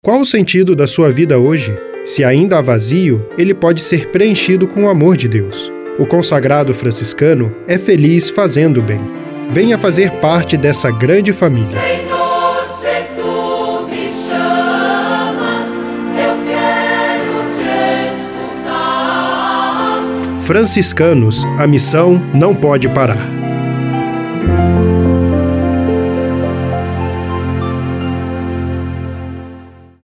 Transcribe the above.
Qual o sentido da sua vida hoje? Se ainda há vazio, ele pode ser preenchido com o amor de Deus. O consagrado franciscano é feliz fazendo o bem. Venha fazer parte dessa grande família. Senhor, se tu me chamas, eu quero te escutar. Franciscanos, a missão não pode parar.